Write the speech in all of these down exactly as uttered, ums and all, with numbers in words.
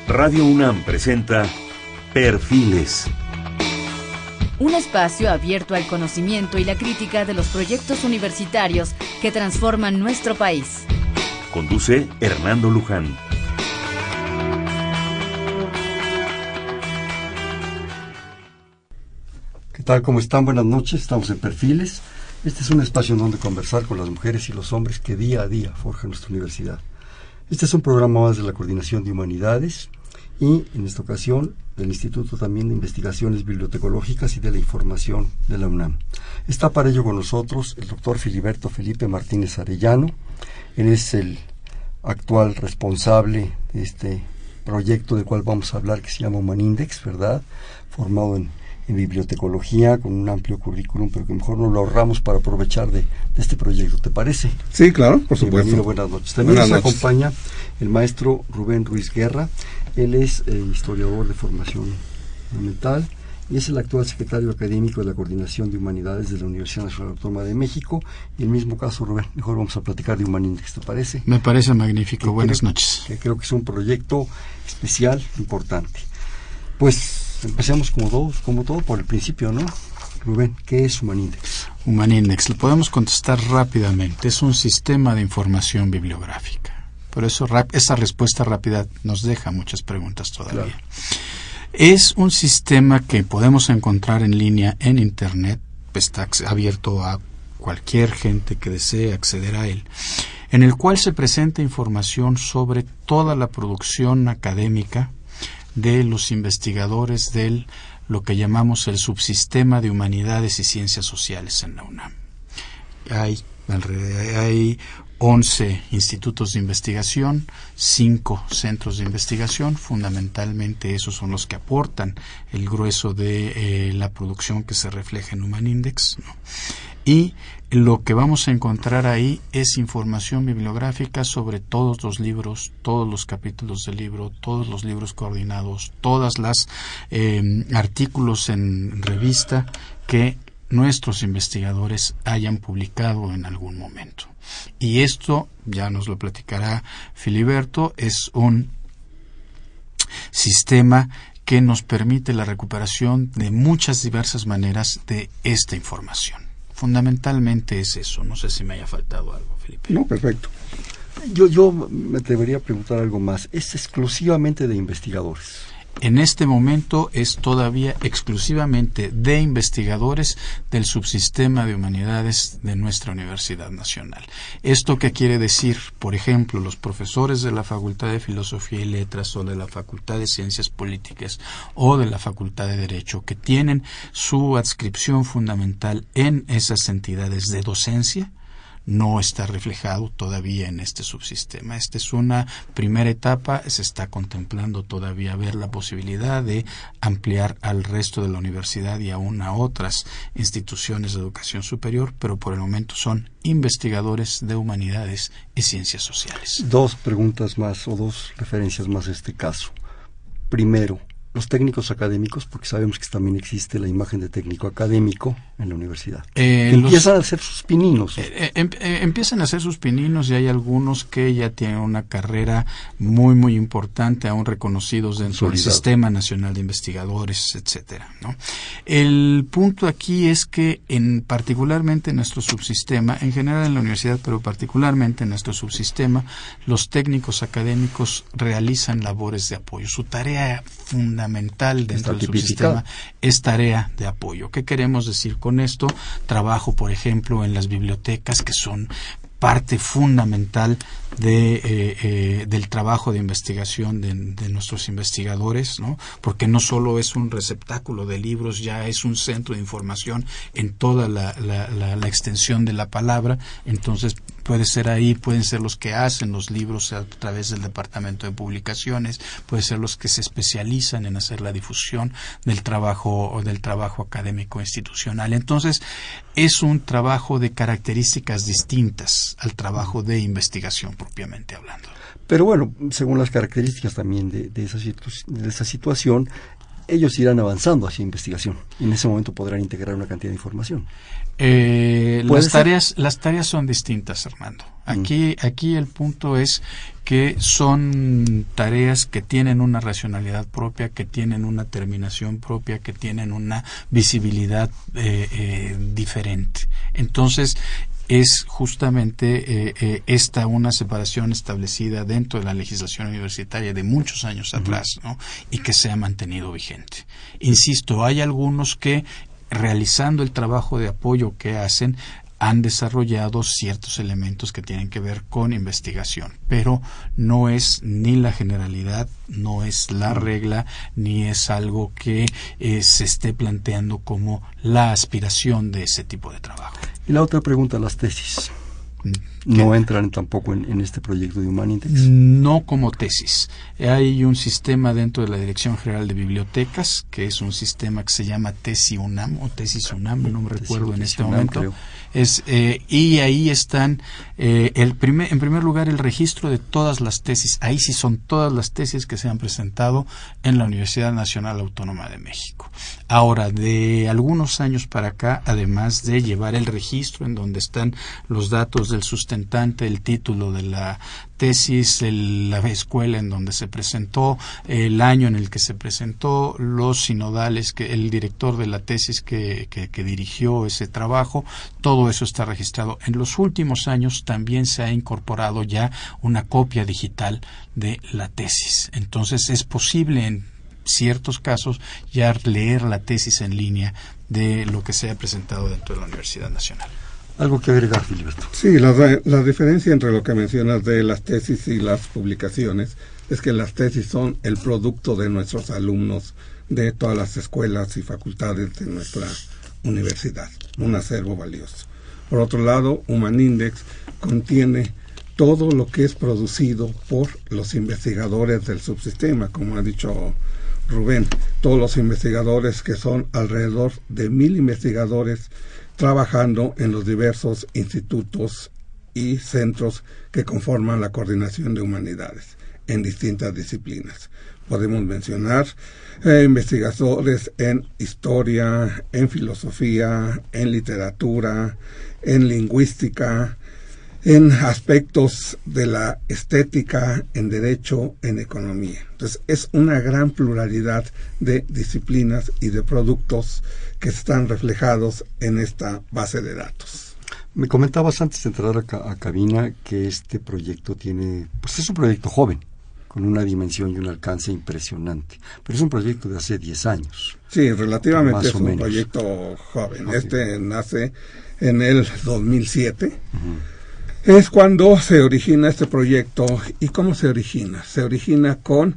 Radio UNAM presenta Perfiles. Un espacio abierto al conocimiento y la crítica de los proyectos universitarios que transforman nuestro país. Conduce Hernando Luján. ¿Qué tal? ¿Cómo están? Buenas noches. Estamos en Perfiles. Este es un espacio en donde conversar con las mujeres y los hombres que día a día forjan nuestra universidad. Este es un programa más de la Coordinación de Humanidades y, en esta ocasión, del Instituto también de Investigaciones Bibliotecológicas y de la Información de la UNAM. Está para ello con nosotros el doctor Filiberto Felipe Martínez Arellano. Él es el actual responsable de este proyecto del cual vamos a hablar, que se llama Humanindex, ¿verdad? Formado en, en bibliotecología, con un amplio currículum, pero que mejor nos lo ahorramos para aprovechar de, de este proyecto. ¿Te parece? Sí, claro, por supuesto. Bienvenido, buenas noches. También buenas nos noches. acompaña el maestro Rubén Ruiz Guerra. Él es eh, historiador de formación fundamental y es el actual secretario académico de la Coordinación de Humanidades de la Universidad Nacional Autónoma de México. Y el mismo caso, Rubén, mejor vamos a platicar de Humanindex, ¿te parece? Me parece magnífico. Que Buenas creo, noches. Que creo que es un proyecto especial, importante. Pues empecemos como todo, como todo por el principio, ¿no? Rubén, ¿qué es Humanindex? Humanindex, lo podemos contestar rápidamente. Es un sistema de información bibliográfica. Por eso rap- esa respuesta rápida nos deja muchas preguntas todavía. Claro. Es un sistema que podemos encontrar en línea en Internet, está abierto a cualquier gente que desee acceder a él, en el cual se presenta información sobre toda la producción académica de los investigadores del lo que llamamos el subsistema de humanidades y ciencias sociales en la UNAM. Hay, hay once institutos de investigación, cinco centros de investigación, fundamentalmente esos son los que aportan el grueso de eh, la producción que se refleja en Humanindex, ¿no? Y lo que vamos a encontrar ahí es información bibliográfica sobre todos los libros, todos los capítulos del libro, todos los libros coordinados, todas las eh, artículos en revista que nuestros investigadores hayan publicado en algún momento. Y esto, ya nos lo platicará Filiberto, es un sistema que nos permite la recuperación de muchas diversas maneras de esta información. Fundamentalmente es eso. No sé si me haya faltado algo, Felipe. No, perfecto. Yo, yo me atrevería a preguntar algo más. ¿Es exclusivamente de investigadores? En este momento es todavía exclusivamente de investigadores del subsistema de humanidades de nuestra Universidad Nacional. ¿Esto qué quiere decir? Por ejemplo, los profesores de la Facultad de Filosofía y Letras o de la Facultad de Ciencias Políticas o de la Facultad de Derecho, que tienen su adscripción fundamental en esas entidades de docencia, no está reflejado todavía en este subsistema. Esta es una primera etapa, se está contemplando todavía ver la posibilidad de ampliar al resto de la universidad y aún a otras instituciones de educación superior, pero por el momento son investigadores de humanidades y ciencias sociales. Dos preguntas más o dos referencias más a este caso. Primero, los técnicos académicos, porque sabemos que también existe la imagen de técnico académico en la universidad. Eh, empiezan los, a hacer sus pininos. Eh, eh, eh, empiezan a hacer sus pininos y hay algunos que ya tienen una carrera muy, muy importante, aún reconocidos dentro Solidado. del Sistema Nacional de Investigadores, etcétera, ¿no? El punto aquí es que, en particularmente en nuestro subsistema, en general en la universidad, pero particularmente en nuestro subsistema, los técnicos académicos realizan labores de apoyo. Su tarea fundamental fundamental dentro del subsistema es tarea de apoyo. ¿Qué queremos decir con esto? Trabajo, por ejemplo, en las bibliotecas, que son parte fundamental de eh, eh, del trabajo de investigación de, de nuestros investigadores, ¿no? Porque no solo es un receptáculo de libros, ya es un centro de información en toda la, la, la, la extensión de la palabra. Entonces puede ser ahí, pueden ser los que hacen los libros a través del Departamento de Publicaciones, puede ser los que se especializan en hacer la difusión del trabajo o del trabajo académico institucional. Entonces es un trabajo de características distintas al trabajo de investigación propiamente hablando. Pero bueno, según las características también de, de, esa, situ- de esa situación, ellos irán avanzando hacia investigación. En ese momento podrán integrar una cantidad de información. Eh, las ser? tareas, las tareas son distintas, Armando. Aquí, mm. aquí el punto es que son tareas que tienen una racionalidad propia, que tienen una terminación propia, que tienen una visibilidad eh, eh, diferente. Entonces, es justamente eh, eh, esta una separación establecida dentro de la legislación universitaria de muchos años uh-huh. atrás, ¿no? Y que se ha mantenido vigente. Insisto, hay algunos que, realizando el trabajo de apoyo que hacen, han desarrollado ciertos elementos que tienen que ver con investigación, pero no es ni la generalidad, no es la regla, ni es algo que eh, se esté planteando como la aspiración de ese tipo de trabajo. Y la otra pregunta, las tesis. ¿No entran tampoco en, en este proyecto de Humanindex? No como tesis. Hay un sistema dentro de la Dirección General de Bibliotecas, que es un sistema que se llama Tesi UNAM o Tesis UNAM, no me recuerdo en este momento. Es, eh, y ahí están, eh, el primer, en primer lugar, el registro de todas las tesis. Ahí sí son todas las tesis que se han presentado en la Universidad Nacional Autónoma de México. Ahora, de algunos años para acá, además de llevar el registro en donde están los datos del sustentante, el título de la tesis, el, la escuela en donde se presentó, el año en el que se presentó, los sinodales, que el director de la tesis que, que, que dirigió ese trabajo, todo eso está registrado. En los últimos años también se ha incorporado ya una copia digital de la tesis. Entonces es posible en ciertos casos ya leer la tesis en línea de lo que se ha presentado dentro de la Universidad Nacional. ¿Algo que agregar, Filiberto? Sí, la, la diferencia entre lo que mencionas de las tesis y las publicaciones es que las tesis son el producto de nuestros alumnos de todas las escuelas y facultades de nuestra universidad, un acervo valioso. Por otro lado, Humanindex contiene todo lo que es producido por los investigadores del subsistema, como ha dicho Rubén, todos los investigadores, que son alrededor de mil investigadores trabajando en los diversos institutos y centros que conforman la Coordinación de Humanidades en distintas disciplinas. Podemos mencionar eh, investigadores en historia, en filosofía, en literatura, en lingüística, en aspectos de la estética, en derecho, en economía. Entonces, es una gran pluralidad de disciplinas y de productos que están reflejados en esta base de datos. Me comentabas antes de entrar a, ca- a cabina que este proyecto tiene, pues es un proyecto joven, con una dimensión y un alcance impresionante, pero es un proyecto de hace diez años. Sí, relativamente más es o un menos. proyecto joven. Okay. Este nace en el dos mil siete. Uh-huh. Es cuando se origina este proyecto. ¿Y cómo se origina? Se origina con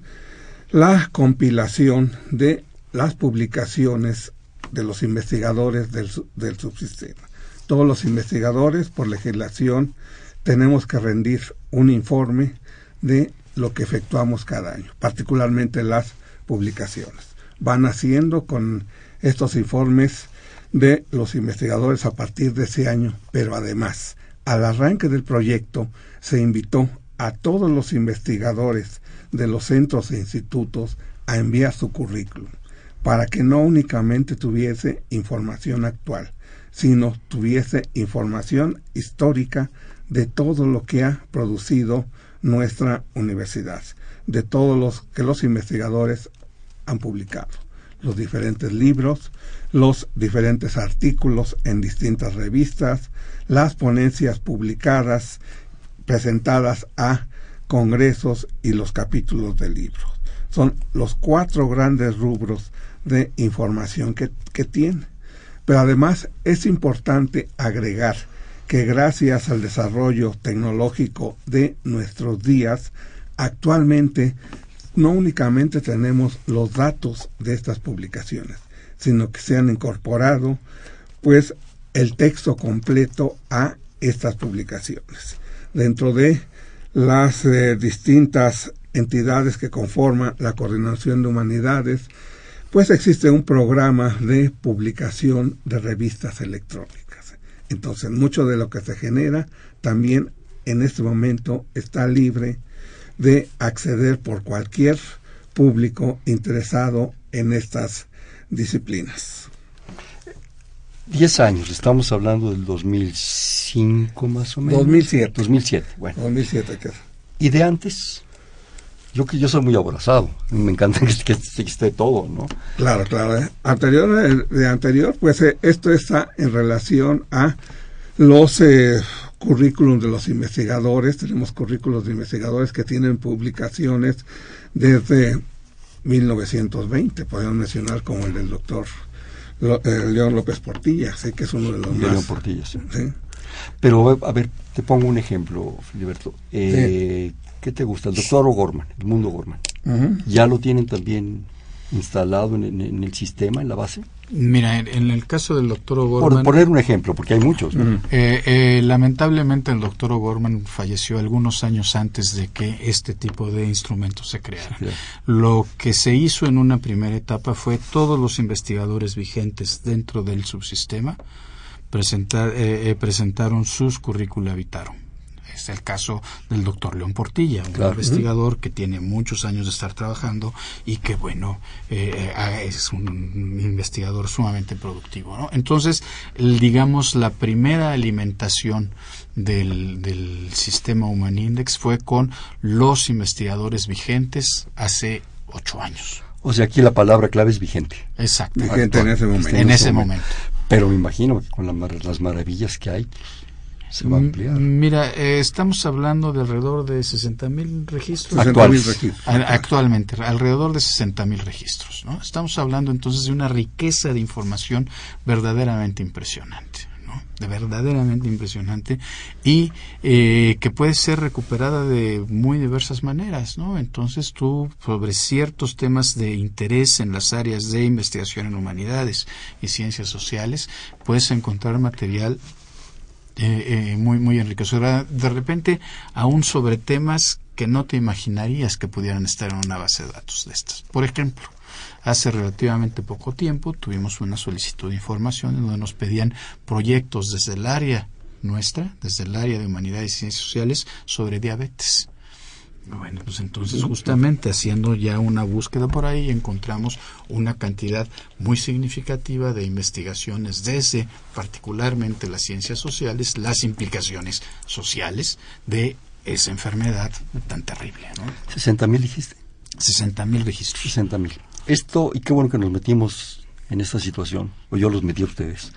la compilación de las publicaciones de los investigadores del, del subsistema. Todos los investigadores, por legislación, tenemos que rendir un informe de lo que efectuamos cada año, particularmente las publicaciones. Van haciendo con estos informes de los investigadores a partir de ese año, pero además, al arranque del proyecto, se invitó a todos los investigadores de los centros e institutos a enviar su currículum, para que no únicamente tuviese información actual, sino tuviese información histórica de todo lo que ha producido nuestra universidad, de todos los que los investigadores han publicado, los diferentes libros, los diferentes artículos en distintas revistas, las ponencias publicadas, presentadas a congresos y los capítulos de libros. Son los cuatro grandes rubros de información que, que tiene. Pero además es importante agregar que gracias al desarrollo tecnológico de nuestros días, actualmente no únicamente tenemos los datos de estas publicaciones, sino que se han incorporado pues el texto completo a estas publicaciones. Dentro de las eh, distintas entidades que conforman la Coordinación de Humanidades, pues existe un programa de publicación de revistas electrónicas. Entonces, mucho de lo que se genera también en este momento está libre de acceder por cualquier público interesado en estas disciplinas? Diez años, estamos hablando del dos mil cinco más o menos. dos mil siete. dos mil siete, bueno. dos mil siete, ¿qué es? ¿Y de antes? Yo que yo soy muy aborazado, me encanta que, que, que esté todo, ¿no? Claro, claro. ¿eh? Anterior, de anterior, pues eh, esto está en relación a los eh, currículum de los investigadores. Tenemos currículos de investigadores que tienen publicaciones desde mil novecientos veinte, podemos mencionar como el del doctor Lo, eh, León López Portilla, sé que es uno de los de más. León Portilla, sí. ¿Sí? Pero, a ver, te pongo un ejemplo, Filiberto. Eh, sí. ¿Qué te gusta? El doctor O'Gorman, el mundo O'Gorman. Uh-huh. ¿Ya lo tienen también instalado en, en, en el sistema, en la base? Mira, en, en el caso del doctor O'Gorman... Por poner un ejemplo, porque hay muchos, ¿no? Uh-huh. eh, eh, lamentablemente el doctor O'Gorman falleció algunos años antes de que este tipo de instrumentos se crearan. Sí, claro. Lo que se hizo en una primera etapa fue todos los investigadores vigentes dentro del subsistema presentar, eh, eh, presentaron sus currícula vitae. Es el caso del doctor León Portilla, un claro. investigador que tiene muchos años de estar trabajando y que, bueno, eh, es un investigador sumamente productivo, ¿no? Entonces, el, digamos, la primera alimentación del, del sistema Humanindex fue con los investigadores vigentes hace ocho años. O sea, aquí la palabra clave es vigente. Exacto. Vigente en ese momento. En ese momento. Pero me imagino que con la, las maravillas que hay, se va a ampliar. Mira, eh, estamos hablando de alrededor de sesenta mil registros. Actuales. registros. Actualmente, alrededor de sesenta mil registros, ¿no? Estamos hablando entonces de una riqueza de información verdaderamente impresionante, ¿no? De verdaderamente impresionante y eh, que puede ser recuperada de muy diversas maneras, ¿no? Entonces tú, sobre ciertos temas de interés en las áreas de investigación en humanidades y ciencias sociales, puedes encontrar material Eh, eh, muy muy enriquecedora, de repente aún sobre temas que no te imaginarías que pudieran estar en una base de datos de estas. Por ejemplo, hace relativamente poco tiempo tuvimos una solicitud de información en donde nos pedían proyectos desde el área nuestra, desde el área de humanidades y ciencias sociales, sobre diabetes. Bueno, pues entonces justamente haciendo ya una búsqueda por ahí encontramos una cantidad muy significativa de investigaciones desde particularmente las ciencias sociales, las implicaciones sociales de esa enfermedad tan terrible, ¿no? ¿sesenta mil dijiste? sesenta mil registros. sesenta mil. Esto, y qué bueno que nos metimos en esta situación, o yo los metí a ustedes,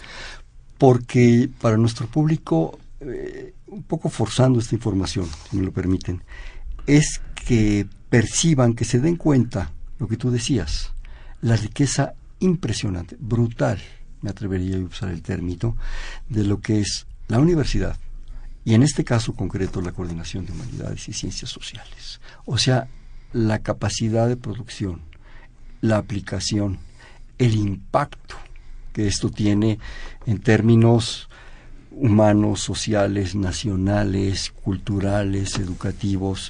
porque para nuestro público, eh, un poco forzando esta información, si me lo permiten, es que perciban, que se den cuenta, lo que tú decías, la riqueza impresionante, brutal, me atrevería a usar el término, de lo que es la universidad, y en este caso concreto la Coordinación de Humanidades y Ciencias Sociales. O sea, la capacidad de producción, la aplicación, el impacto que esto tiene en términos humanos, sociales, nacionales, culturales, educativos,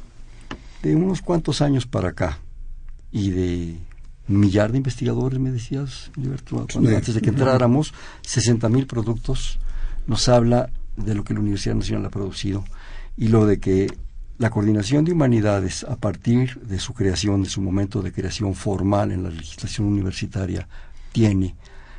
de unos cuantos años para acá, y de un millar de investigadores, me decías, Liberto, cuando, sí. antes de que entráramos, sesenta mil productos, nos habla de lo que la Universidad Nacional ha producido, y lo de que la Coordinación de Humanidades, a partir de su creación, de su momento de creación formal en la legislación universitaria, tiene,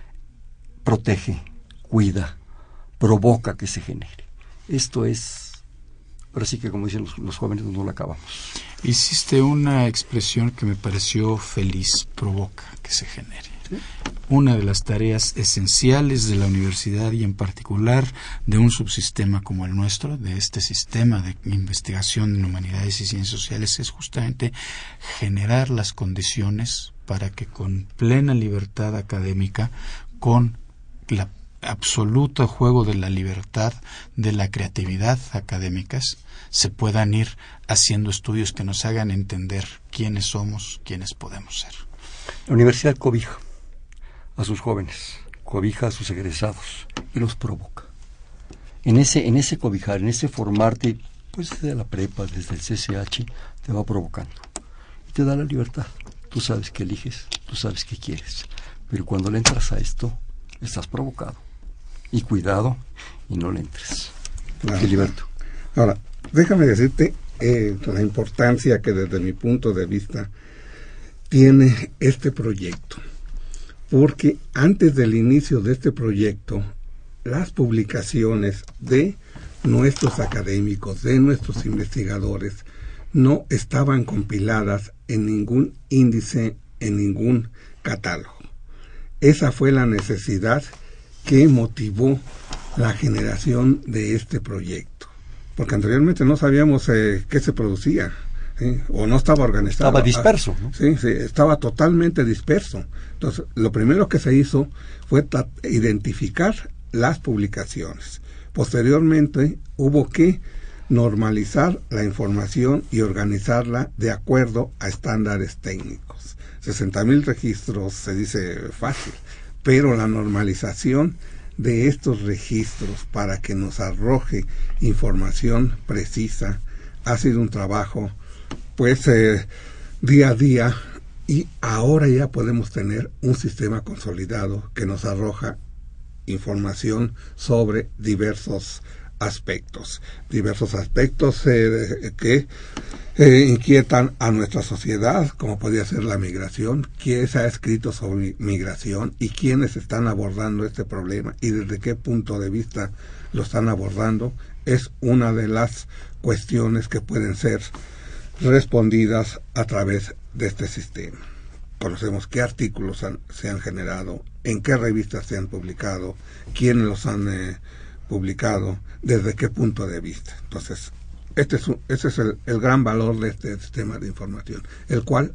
protege, cuida, provoca que se genere. Esto es, ahora sí que como dicen los, los jóvenes, no lo acabamos. Hiciste una expresión que me pareció feliz, provoca que se genere. ¿Sí? Una de las tareas esenciales de la universidad y en particular de un subsistema como el nuestro, de este sistema de investigación en humanidades y ciencias sociales, es justamente generar las condiciones para que con plena libertad académica, con la absoluto juego de la libertad, de la creatividad académicas, se puedan ir haciendo estudios que nos hagan entender quiénes somos, quiénes podemos ser. La universidad cobija a sus jóvenes, cobija a sus egresados y los provoca. En ese, en ese cobijar, en ese formarte, pues desde la prepa, desde el C C H, te va provocando y te da la libertad. Tú sabes qué eliges, tú sabes qué quieres, pero cuando le entras a esto, estás provocado. Y cuidado, y no le entres. Claro. Filiberto. Ahora, déjame decirte eh, la importancia que desde mi punto de vista tiene este proyecto, porque antes del inicio de este proyecto, las publicaciones de nuestros académicos, de nuestros investigadores, no estaban compiladas en ningún índice, en ningún catálogo. Esa fue la necesidad que motivó la generación de este proyecto, porque anteriormente no sabíamos eh, qué se producía, ¿sí? O no estaba organizado. Estaba disperso, ¿no? Sí, sí, estaba totalmente disperso. Entonces, lo primero que se hizo fue identificar las publicaciones. Posteriormente, hubo que normalizar la información y organizarla de acuerdo a estándares técnicos. sesenta mil registros se dice fácil, pero la normalización de estos registros para que nos arroje información precisa ha sido un trabajo pues eh, día a día, y ahora ya podemos tener un sistema consolidado que nos arroja información sobre diversos aspectos, diversos aspectos eh, que eh, inquietan a nuestra sociedad, como podría ser la migración, quién se ha escrito sobre migración y quiénes están abordando este problema y desde qué punto de vista lo están abordando, es una de las cuestiones que pueden ser respondidas a través de este sistema. Conocemos qué artículos han, se han generado, en qué revistas se han publicado, quiénes los han eh, publicado, desde qué punto de vista. Entonces, este es un, ese es el, el gran valor de este sistema de información, el cual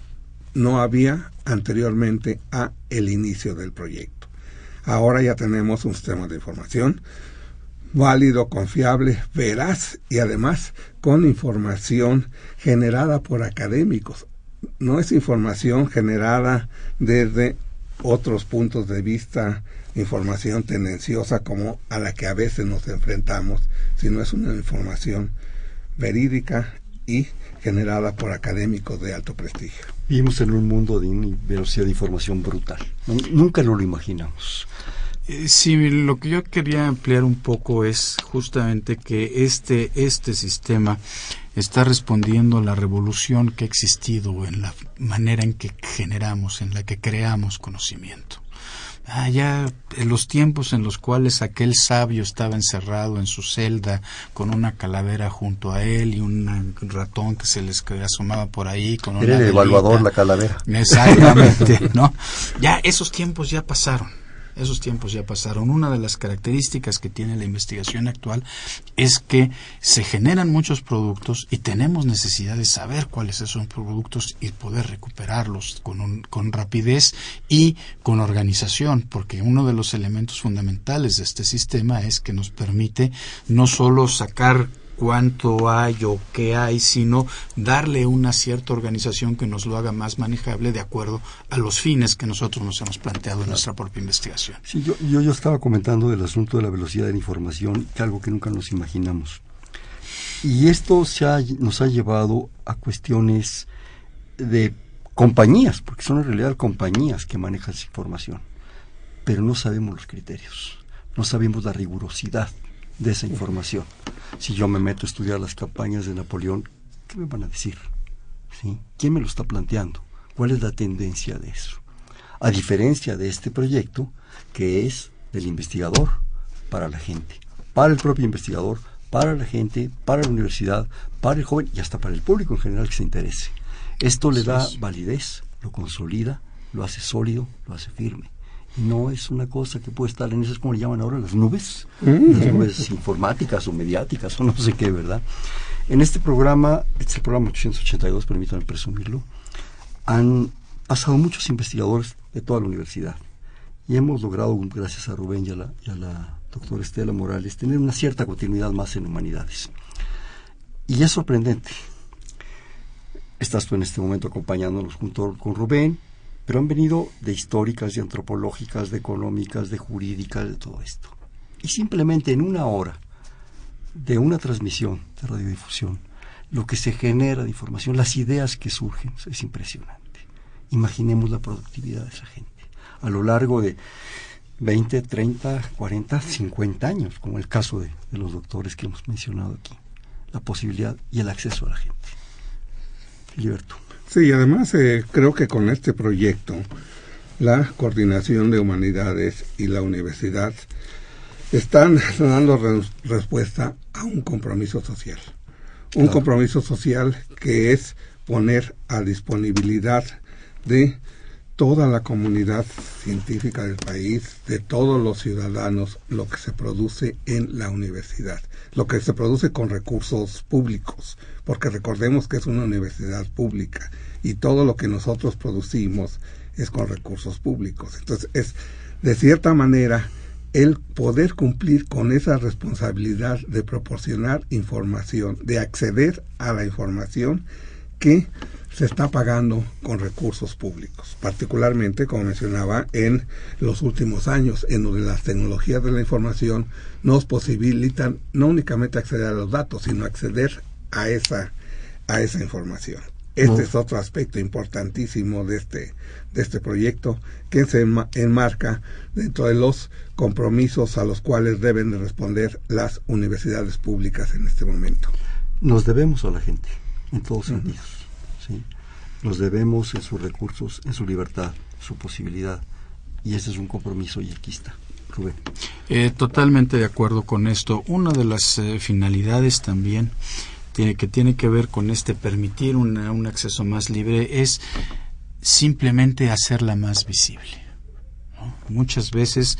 no había anteriormente a el inicio del proyecto. Ahora ya tenemos un sistema de información válido, confiable, veraz y además con información generada por académicos. No es información generada desde otros puntos de vista, información tendenciosa como a la que a veces nos enfrentamos, sino es una información verídica y generada por académicos de alto prestigio. Vivimos en un mundo de una velocidad de información brutal. Nunca nos lo imaginamos. Sí, lo que yo quería ampliar un poco es justamente que este, este sistema está respondiendo a la revolución que ha existido en la manera en que generamos, en la que creamos conocimiento. Ah, ya en los tiempos en los cuales aquel sabio estaba encerrado en su celda con una calavera junto a él y un ratón que se les asomaba por ahí con una Era el velita. Evaluador, la calavera. Exactamente, ¿no? Ya esos tiempos ya pasaron. Esos tiempos ya pasaron. Una de las características que tiene la investigación actual es que se generan muchos productos y tenemos necesidad de saber cuáles son esos productos y poder recuperarlos con, un, con rapidez y con organización, porque uno de los elementos fundamentales de este sistema es que nos permite no solo sacar cuánto hay o qué hay, sino darle una cierta organización que nos lo haga más manejable de acuerdo a los fines que nosotros nos hemos planteado en nuestra propia investigación. Sí, yo, yo, yo estaba comentando del asunto de la velocidad de la información, que algo que nunca nos imaginamos. Y esto se ha, nos ha llevado a cuestiones de compañías, porque son en realidad compañías que manejan esa información, pero no sabemos los criterios, no sabemos la rigurosidad de esa información. Si yo me meto a estudiar las campañas de Napoleón, ¿qué me van a decir? ¿Sí? ¿Quién me lo está planteando? ¿Cuál es la tendencia de eso? A diferencia de este proyecto, que es del investigador para la gente, para el propio investigador, para la gente, para la universidad, para el joven y hasta para el público en general que se interese. Esto le da validez, lo consolida, lo hace sólido, lo hace firme. No es una cosa que puede estar en esas, como le llaman ahora, las nubes, mm. las nubes informáticas o mediáticas o no sé qué, ¿verdad? En este programa, este es el programa ochocientos ochenta y dos, permítanme presumirlo, han pasado muchos investigadores de toda la universidad y hemos logrado, gracias a Rubén y a la, y a la doctora Estela Morales, tener una cierta continuidad más en humanidades. Y es sorprendente. Estás tú en este momento acompañándonos junto con Rubén, pero han venido de históricas, de antropológicas, de económicas, de jurídicas, de todo esto. Y simplemente en una hora de una transmisión de radiodifusión, lo que se genera de información, las ideas que surgen, es impresionante. Imaginemos la productividad de esa gente a lo largo de veinte, treinta, cuarenta, cincuenta años, como el caso de, de los doctores que hemos mencionado aquí. La posibilidad y el acceso a la gente. Filiberto. Sí, además eh, creo que con este proyecto la Coordinación de Humanidades y la universidad están dando re- respuesta a un compromiso social. Un claro. compromiso social que es poner a disponibilidad de toda la comunidad científica del país, de todos los ciudadanos, lo que se produce en la universidad, lo que se produce con recursos públicos, porque recordemos que es una universidad pública y todo lo que nosotros producimos es con recursos públicos. Entonces, es de cierta manera el poder cumplir con esa responsabilidad de proporcionar información, de acceder a la información que se está pagando con recursos públicos, particularmente, como mencionaba, en los últimos años, en donde las tecnologías de la información nos posibilitan no únicamente acceder a los datos, sino acceder a esa, a esa información. Este no. es otro aspecto importantísimo de este, de este proyecto, que se enmarca dentro de los compromisos a los cuales deben de responder las universidades públicas en este momento. Nos debemos a la gente, en todos uh-huh. sentidos. ¿sí? Nos debemos en sus recursos, en su libertad, su posibilidad, y ese es un compromiso y aquí está. Rubén. Eh, totalmente de acuerdo con esto. Una de las eh, finalidades también tiene, que tiene que ver con este permitir una, un acceso más libre es simplemente hacerla más visible, ¿no? Muchas veces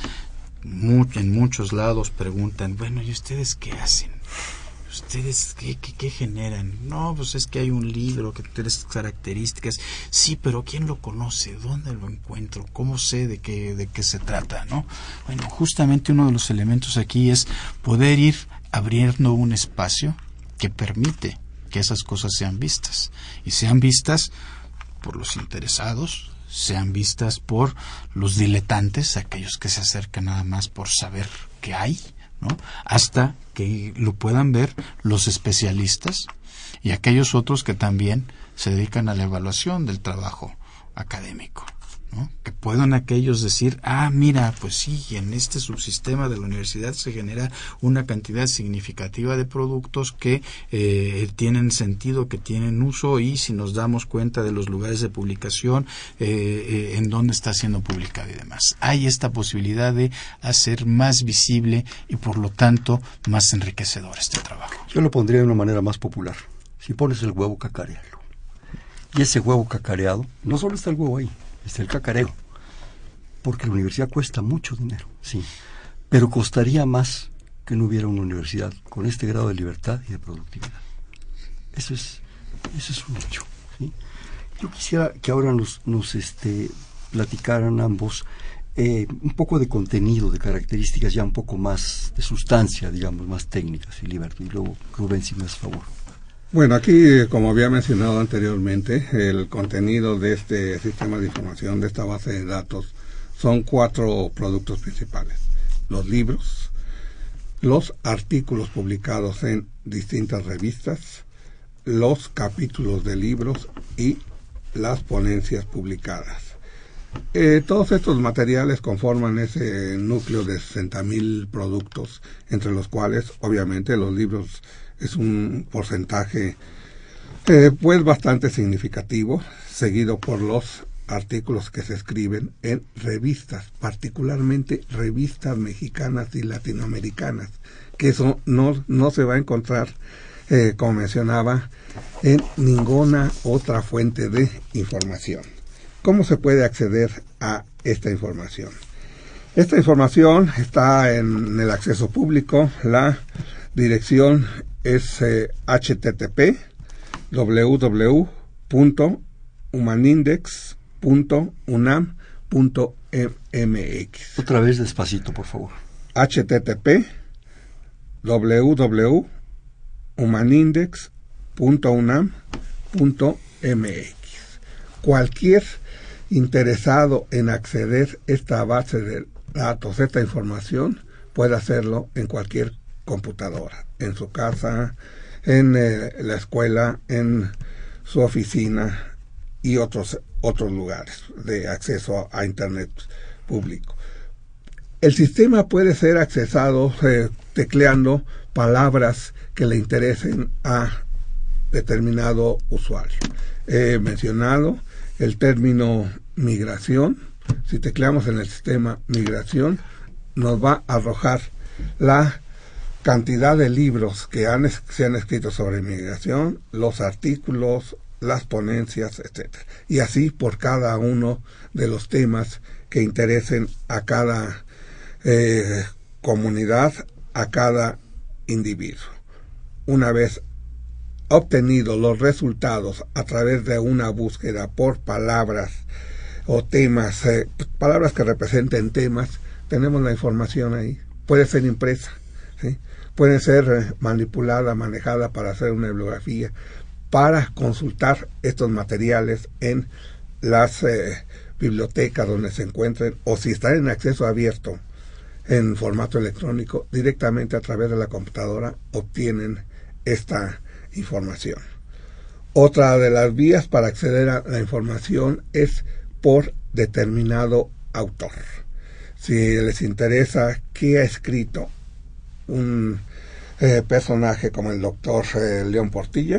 mu- en muchos lados preguntan, bueno, ¿y ustedes qué hacen? ¿Ustedes qué, qué, qué generan? No, pues es que hay un libro que tiene estas características. Sí, pero ¿quién lo conoce? ¿Dónde lo encuentro? ¿Cómo sé de qué, de qué se trata? ¿No? Bueno, justamente uno de los elementos aquí es poder ir abriendo un espacio que permite que esas cosas sean vistas. Y sean vistas por los interesados, sean vistas por los diletantes, aquellos que se acercan nada más por saber qué hay, ¿no? Hasta que lo puedan ver los especialistas y aquellos otros que también se dedican a la evaluación del trabajo académico, ¿no? Que puedan aquellos decir, ah, mira, pues sí, en este subsistema de la universidad se genera una cantidad significativa de productos que eh, tienen sentido, que tienen uso, y si nos damos cuenta de los lugares de publicación, eh, eh, en dónde está siendo publicado y demás. Hay esta posibilidad de hacer más visible y por lo tanto más enriquecedor este trabajo. Yo lo pondría de una manera más popular. Si pones el huevo, cacarealo. Y ese huevo cacareado, no solo está el huevo ahí, está el cacareo, porque la universidad cuesta mucho dinero, sí, pero costaría más que no hubiera una universidad con este grado de libertad y de productividad. Eso es, eso es un hecho, ¿sí? Yo quisiera que ahora nos, nos este, platicaran ambos eh, un poco de contenido, de características ya un poco más de sustancia, digamos, más técnicas, y Liberto, y luego Rubén, si me hace favor. Bueno, aquí, como había mencionado anteriormente, el contenido de este sistema de información, de esta base de datos, son cuatro productos principales. Los libros, los artículos publicados en distintas revistas, los capítulos de libros y las ponencias publicadas. Eh, todos estos materiales conforman ese núcleo de sesenta mil productos, entre los cuales, obviamente, los libros es un porcentaje eh, pues bastante significativo, seguido por los artículos que se escriben en revistas, particularmente revistas mexicanas y latinoamericanas, que eso no, no se va a encontrar, eh, como mencionaba, en ninguna otra fuente de información. ¿Cómo se puede acceder a esta información? Esta información está en el acceso público. La dirección es eh, h t t p w w w punto humanindex punto unam punto m x. Otra vez despacito, por favor. h t t p w w w punto humanindex punto unam punto m x. Cualquier interesado en acceder a esta base de datos, esta información, puede hacerlo en cualquier computadora, en su casa, en eh, la escuela, en su oficina y otros otros lugares de acceso a, a internet público. El sistema puede ser accesado eh, tecleando palabras que le interesen a determinado usuario. He mencionado el término migración. Si tecleamos en el sistema migración, nos va a arrojar la cantidad de libros que han, se han escrito sobre migración, los artículos, las ponencias, etcétera. Y así por cada uno de los temas que interesen a cada eh, comunidad, a cada individuo. Una vez obtenidos los resultados a través de una búsqueda por palabras o temas, eh, palabras que representen temas, tenemos la información ahí. Puede ser impresa, ¿sí? Puede ser eh, manipulada, manejada para hacer una bibliografía, para consultar estos materiales en las eh, bibliotecas donde se encuentren, o si están en acceso abierto en formato electrónico, directamente a través de la computadora obtienen esta información. Otra de las vías para acceder a la información es por determinado autor. Si les interesa qué ha escrito un eh, personaje como el doctor eh, León Portilla,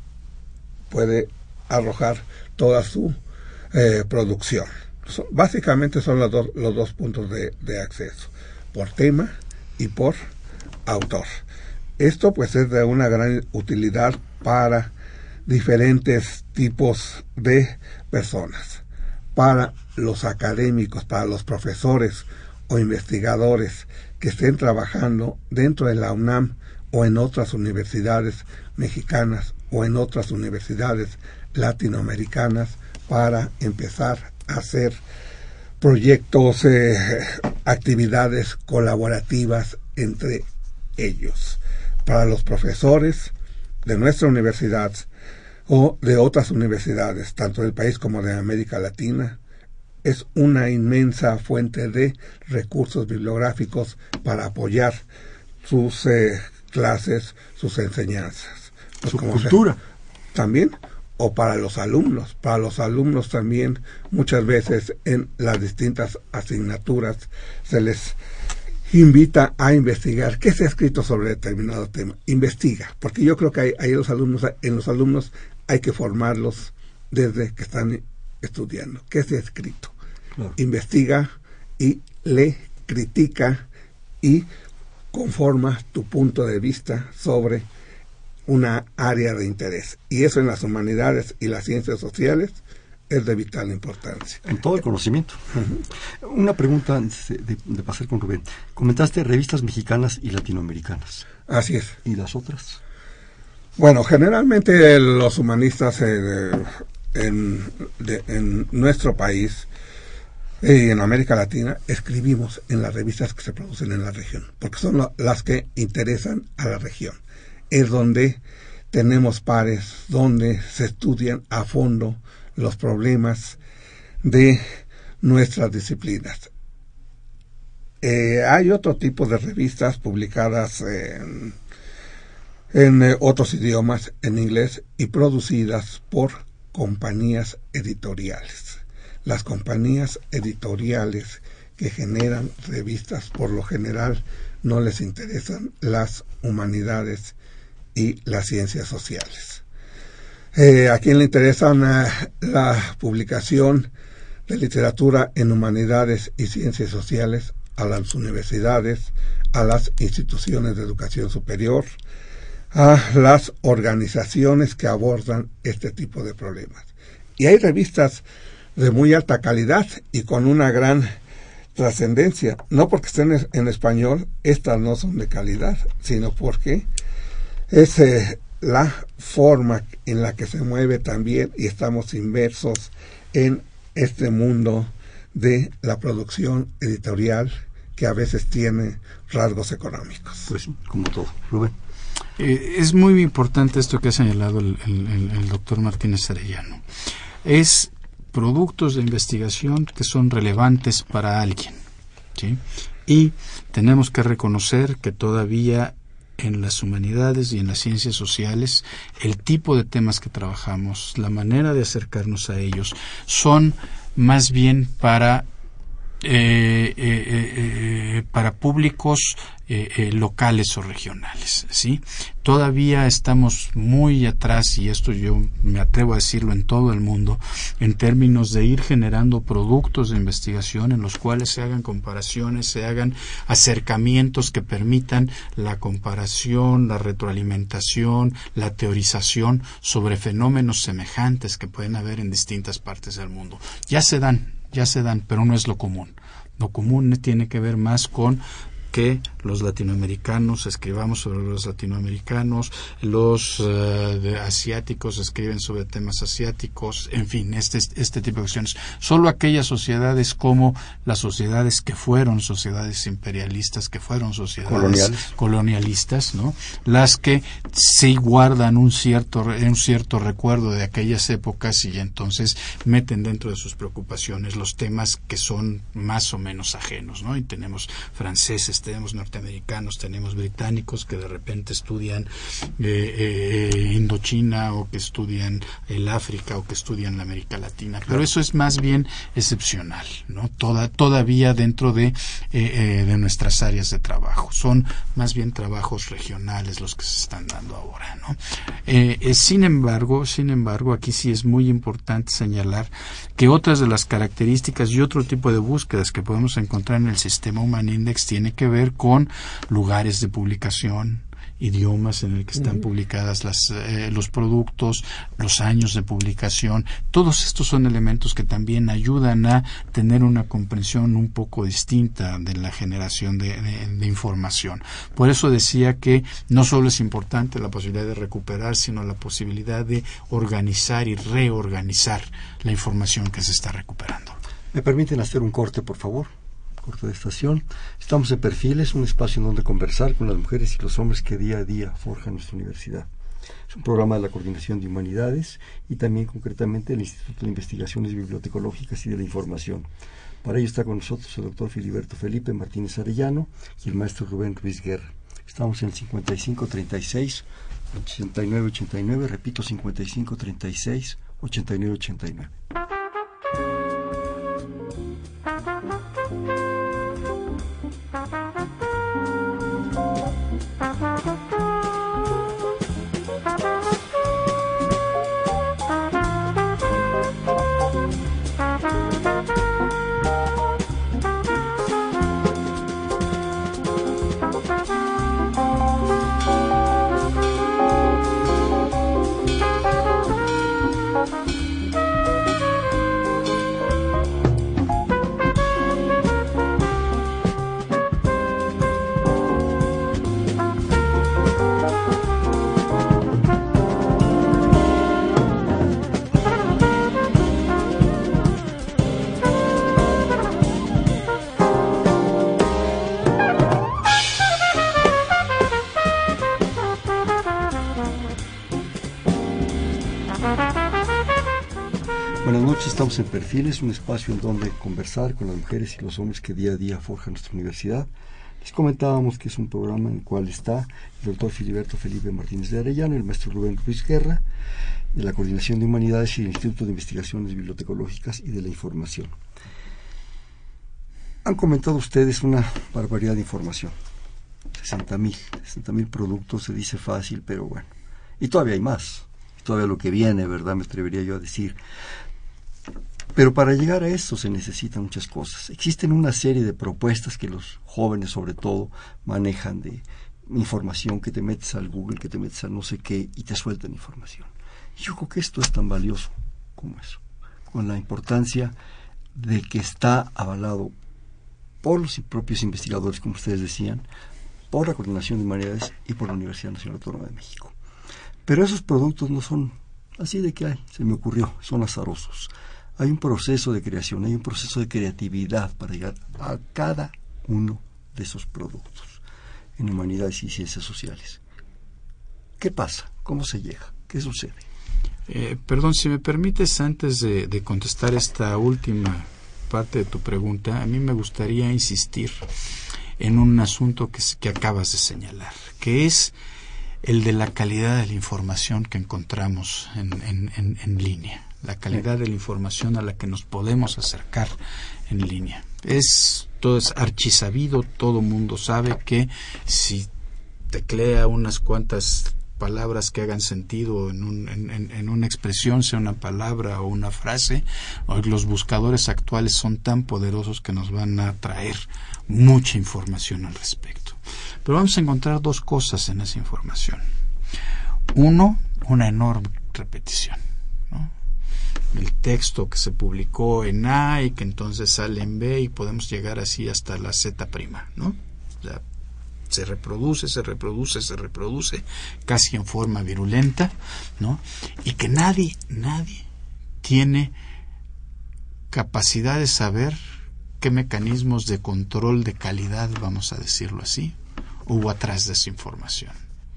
puede arrojar toda su eh, producción. So, básicamente son los dos, los dos puntos de, de acceso, por tema y por autor. Esto pues es de una gran utilidad para diferentes tipos de personas, para los académicos, para los profesores o investigadores que estén trabajando dentro de la UNAM o en otras universidades mexicanas o en otras universidades latinoamericanas, para empezar a hacer proyectos, eh, actividades colaborativas entre ellos. Para los profesores de nuestra universidad o de otras universidades, tanto del país como de América Latina, es una inmensa fuente de recursos bibliográficos para apoyar sus eh, clases, sus enseñanzas. Pues su como cultura. Se, también, o para los alumnos. Para los alumnos también, muchas veces en las distintas asignaturas se les invita a investigar qué se ha escrito sobre determinado tema. Investiga, porque yo creo que hay, hay los alumnos, en los alumnos hay que formarlos desde que están estudiando. ¿Qué se ha escrito? Claro. Investiga y lee, critica y conforma tu punto de vista sobre una área de interés. Y eso en las humanidades y las ciencias sociales es de vital importancia. En todo el conocimiento. Uh-huh. Una pregunta antes de, de, de pasar con Rubén. Comentaste revistas mexicanas y latinoamericanas. Así es. ¿Y las otras? Bueno, generalmente los humanistas eh, de, en, de, en nuestro país y en América Latina escribimos en las revistas que se producen en la región, porque son lo, las que interesan a la región. Es donde tenemos pares, donde se estudian a fondo los problemas de nuestras disciplinas. Eh, hay otro tipo de revistas publicadas en, en eh, otros idiomas, en inglés, y producidas por compañías editoriales. Las compañías editoriales que generan revistas, por lo general, no les interesan las humanidades y las ciencias sociales. Eh, ¿A quién le interesa una, la publicación de literatura en humanidades y ciencias sociales? A las universidades, a las instituciones de educación superior, a las organizaciones que abordan este tipo de problemas. Y hay revistas de muy alta calidad y con una gran trascendencia, no porque estén en español, estas no son de calidad, sino porque es eh, la forma en la que se mueve también, y estamos inmersos en este mundo de la producción editorial que a veces tiene rasgos económicos. Pues como todo. Rubén. Eh, es muy importante esto que ha señalado el, el, el doctor Martínez Arellano. Es productos de investigación que son relevantes para alguien, ¿sí? Y tenemos que reconocer que todavía en las humanidades y en las ciencias sociales, el tipo de temas que trabajamos, la manera de acercarnos a ellos, son más bien para eh, eh, eh, para públicos eh, eh, locales o regionales, ¿sí? Todavía estamos muy atrás, y esto yo me atrevo a decirlo en todo el mundo, en términos de ir generando productos de investigación en los cuales se hagan comparaciones, se hagan acercamientos que permitan la comparación, la retroalimentación, la teorización sobre fenómenos semejantes que pueden haber en distintas partes del mundo. Ya se dan, ya se dan, pero no es lo común. Lo común tiene que ver más con que los latinoamericanos escribamos sobre los latinoamericanos, los uh, de asiáticos escriben sobre temas asiáticos, en fin, este, este tipo de cuestiones. Solo aquellas sociedades como las sociedades que fueron sociedades imperialistas, que fueron sociedades coloniales, colonialistas, ¿no? Las que sí guardan un cierto, un cierto recuerdo de aquellas épocas y entonces meten dentro de sus preocupaciones los temas que son más o menos ajenos, ¿no? Y tenemos franceses, tenemos norteamericanos, tenemos británicos que de repente estudian eh, eh, Indochina o que estudian el África o que estudian la América Latina, pero eso es más bien excepcional, ¿no? Toda, todavía dentro de, eh, eh, de nuestras áreas de trabajo. Son más bien trabajos regionales los que se están dando ahora, ¿no? Eh, eh, sin embargo, sin embargo, aquí sí es muy importante señalar que otras de las características y otro tipo de búsquedas que podemos encontrar en el sistema Human Index tiene que ver con lugares de publicación, idiomas en el que están uh-huh. publicadas las, eh, los productos, los años de publicación. Todos estos son elementos que también ayudan a tener una comprensión un poco distinta de la generación de, de, de información. Por eso decía que no solo es importante la posibilidad de recuperar, sino la posibilidad de organizar y reorganizar la información que se está recuperando. ¿Me permiten hacer un corte, por favor? Corte de estación. Estamos en Perfiles, un espacio en donde conversar con las mujeres y los hombres que día a día forjan nuestra universidad. Es un programa de la Coordinación de Humanidades y también concretamente del Instituto de Investigaciones Bibliotecológicas y de la Información. Para ello está con nosotros el doctor Filiberto Felipe Martínez Arellano y el maestro Rubén Ruiz Guerra. Estamos en el cincuenta y cinco treinta y seis ochenta y nueve ochenta y nueve, repito, cincuenta y cinco treinta y seis ochenta y nueve ochenta y nueve. Buenas noches, estamos en Perfiles, un espacio en donde conversar con las mujeres y los hombres que día a día forjan nuestra universidad. Les comentábamos que es un programa en el cual está el doctor Filiberto Felipe Martínez de Arellano y el maestro Rubén Ruiz Guerra, de la Coordinación de Humanidades y el Instituto de Investigaciones Bibliotecológicas y de la Información. Han comentado ustedes una barbaridad de información. sesenta mil, sesenta mil productos, se dice fácil, pero bueno. Y todavía hay más. Todavía lo que viene, ¿verdad? Me atrevería yo a decir. Pero para llegar a esto se necesitan muchas cosas. Existen una serie de propuestas que los jóvenes, sobre todo, manejan de información, que te metes al Google, que te metes a no sé qué y te sueltan información. Yo creo que esto es tan valioso como eso, con la importancia de que está avalado por los propios investigadores, como ustedes decían, por la Coordinación de Humanidades y por la Universidad Nacional Autónoma de México. Pero esos productos no son así de que hay, se me ocurrió, son azarosos. Hay un proceso de creación, hay un proceso de creatividad para llegar a cada uno de esos productos en humanidades y ciencias sociales. ¿Qué pasa? ¿Cómo se llega? ¿Qué sucede? Eh, perdón, si me permites, antes de, de contestar esta última parte de tu pregunta, a mí me gustaría insistir en un asunto que, que acabas de señalar, que es el de la calidad de la información que encontramos en, en, en, en línea. la calidad de la información a la que nos podemos acercar en línea. Es todo es archisabido, todo mundo sabe que si teclea unas cuantas palabras que hagan sentido en, un, en, en, en una expresión, sea una palabra o una frase, hoy los buscadores actuales son tan poderosos que nos van a traer mucha información al respecto. Pero vamos a encontrar dos cosas en esa información. Uno, una enorme repetición, ¿no? El texto que se publicó en A y que entonces sale en B y podemos llegar así hasta la Z prima, ¿no? O sea, se reproduce, se reproduce, se reproduce, casi en forma virulenta, ¿no? Y que nadie, nadie tiene capacidad de saber qué mecanismos de control de calidad, vamos a decirlo así, hubo atrás de esa información.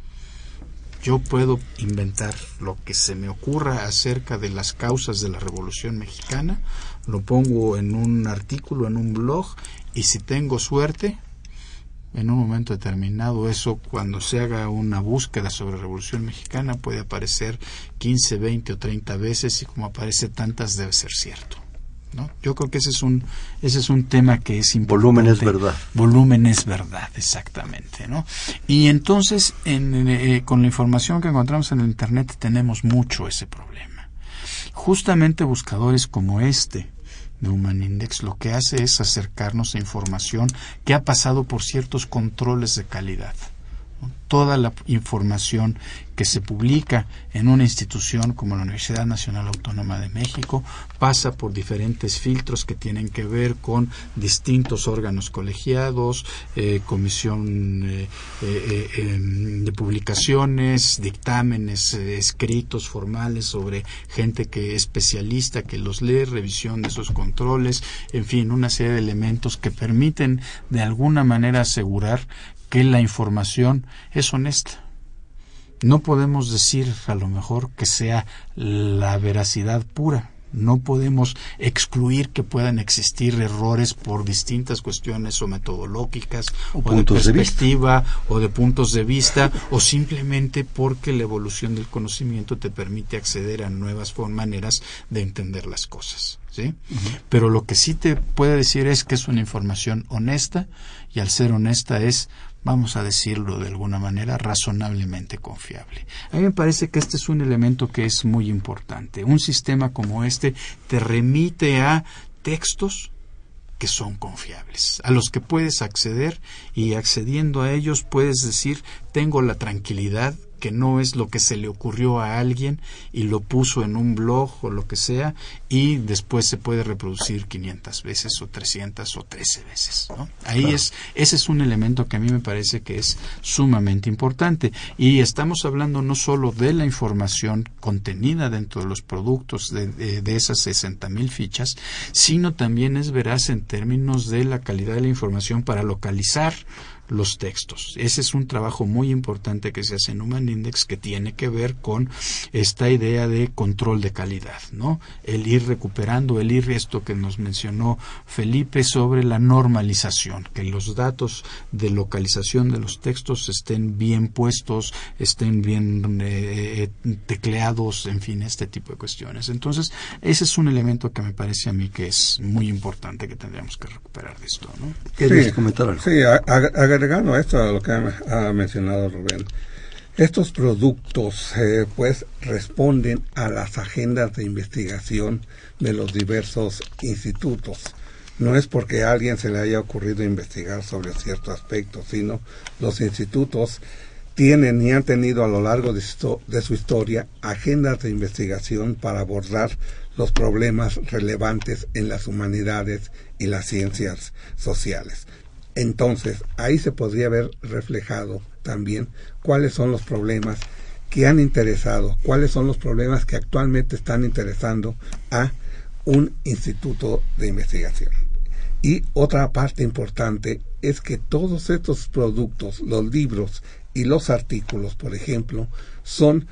Yo puedo inventar lo que se me ocurra acerca de las causas de la Revolución Mexicana, lo pongo en un artículo, en un blog, y si tengo suerte, en un momento determinado, eso, cuando se haga una búsqueda sobre Revolución Mexicana, puede aparecer quince, veinte o treinta veces, y como aparece tantas, debe ser cierto, ¿no? Yo creo que ese es un ese es un tema que es importante. Volumen es verdad. Volumen es verdad, exactamente, ¿no? Y entonces, en, eh, con la información que encontramos en el Internet, tenemos mucho ese problema. Justamente buscadores como este de Humanindex lo que hace es acercarnos a información que ha pasado por ciertos controles de calidad. Toda la información que se publica en una institución como la Universidad Nacional Autónoma de México pasa por diferentes filtros que tienen que ver con distintos órganos colegiados, eh, comisión eh, eh, eh, de publicaciones, dictámenes eh, escritos, formales, sobre gente que es especialista, que los lee, revisión de esos controles, en fin, una serie de elementos que permiten de alguna manera asegurar que la información es honesta. No podemos decir a lo mejor que sea la veracidad pura. No podemos excluir que puedan existir errores por distintas cuestiones o metodológicas o, o de perspectiva o de puntos de vista, o simplemente porque la evolución del conocimiento te permite acceder a nuevas maneras de entender las cosas, ¿sí? Uh-huh. Pero lo que sí te puede decir es que es una información honesta, y al ser honesta es, vamos a decirlo de alguna manera, razonablemente confiable. A mí me parece que este es un elemento que es muy importante. Un sistema como este te remite a textos que son confiables, a los que puedes acceder, y accediendo a ellos puedes decir, tengo la tranquilidad que no es lo que se le ocurrió a alguien y lo puso en un blog o lo que sea, y después se puede reproducir quinientas veces o trescientas o trece veces, ¿no? Ahí claro. es, ese es un elemento que a mí me parece que es sumamente importante, y estamos hablando no solo de la información contenida dentro de los productos de, de, de esas sesenta mil fichas, sino también es veraz en términos de la calidad de la información para localizar los textos. Ese es un trabajo muy importante que se hace en Humanindex, que tiene que ver con esta idea de control de calidad, ¿no? El ir recuperando, el ir, esto que nos mencionó Felipe sobre la normalización, que los datos de localización de los textos estén bien puestos, estén bien eh, tecleados, en fin, este tipo de cuestiones. Entonces, ese es un elemento que me parece a mí que es muy importante, que tendríamos que recuperar de esto, ¿no? ¿Quieres sí, comentar algo? Sí, haga agregando esto a lo que ha, ha mencionado Rubén, estos productos eh, pues responden a las agendas de investigación de los diversos institutos. No es porque a alguien se le haya ocurrido investigar sobre cierto aspecto, sino los institutos tienen y han tenido a lo largo de, esto, de su historia agendas de investigación para abordar los problemas relevantes en las humanidades y las ciencias sociales. Entonces, ahí se podría ver reflejado también cuáles son los problemas que han interesado, cuáles son los problemas que actualmente están interesando a un instituto de investigación. Y otra parte importante es que todos estos productos, los libros y los artículos, por ejemplo, son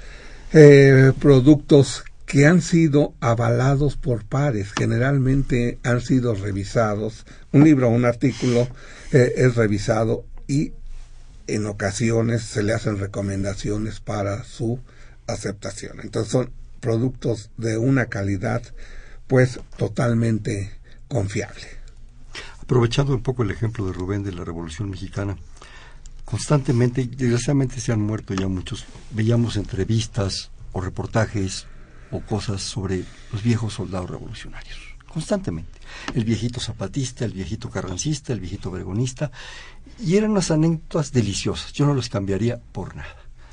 eh, productos que han sido avalados por pares, generalmente han sido revisados. Un libro o un artículo eh, es revisado y en ocasiones se le hacen recomendaciones para su aceptación. Entonces son productos de una calidad pues totalmente confiable. Aprovechando un poco el ejemplo de Rubén de la Revolución Mexicana, constantemente, desgraciadamente se han muerto ya muchos, veíamos entrevistas o reportajes o cosas sobre los viejos soldados revolucionarios, constantemente. El viejito zapatista, el viejito carrancista, el viejito obregonista, y eran unas anécdotas deliciosas, yo no las cambiaría por nada.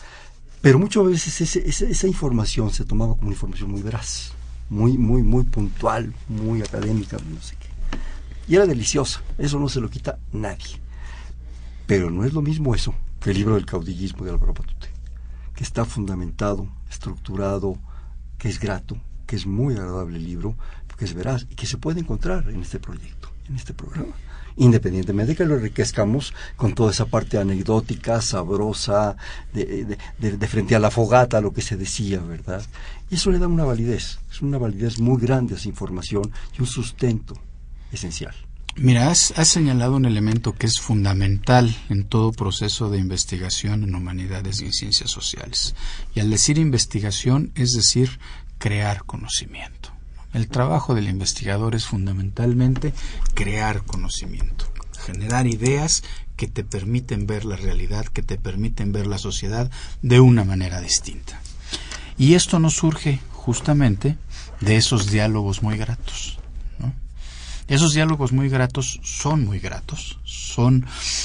Pero muchas veces ese, esa, esa información se tomaba como una información muy veraz, muy, muy, muy puntual, muy académica, no sé qué. Y era deliciosa, eso no se lo quita nadie. Pero no es lo mismo eso que el libro del caudillismo de Álvaro Patute, que está fundamentado, estructurado, que es grato, que es muy agradable el libro, que es veraz y que se puede encontrar en este proyecto, en este programa. Independientemente de que lo enriquezcamos con toda esa parte anecdótica, sabrosa, de, de, de, de frente a la fogata, lo que se decía, ¿verdad? Y eso le da una validez, es una validez muy grande a esa información y un sustento esencial. Mira, has, has señalado un elemento que es fundamental en todo proceso de investigación en humanidades y en ciencias sociales. Y al decir investigación, es decir, crear conocimiento. El trabajo del investigador es fundamentalmente crear conocimiento, generar ideas que te permiten ver la realidad, que te permiten ver la sociedad de una manera distinta. Y esto nos surge justamente de esos diálogos muy gratos, ¿no? Esos diálogos muy gratos son muy gratos, son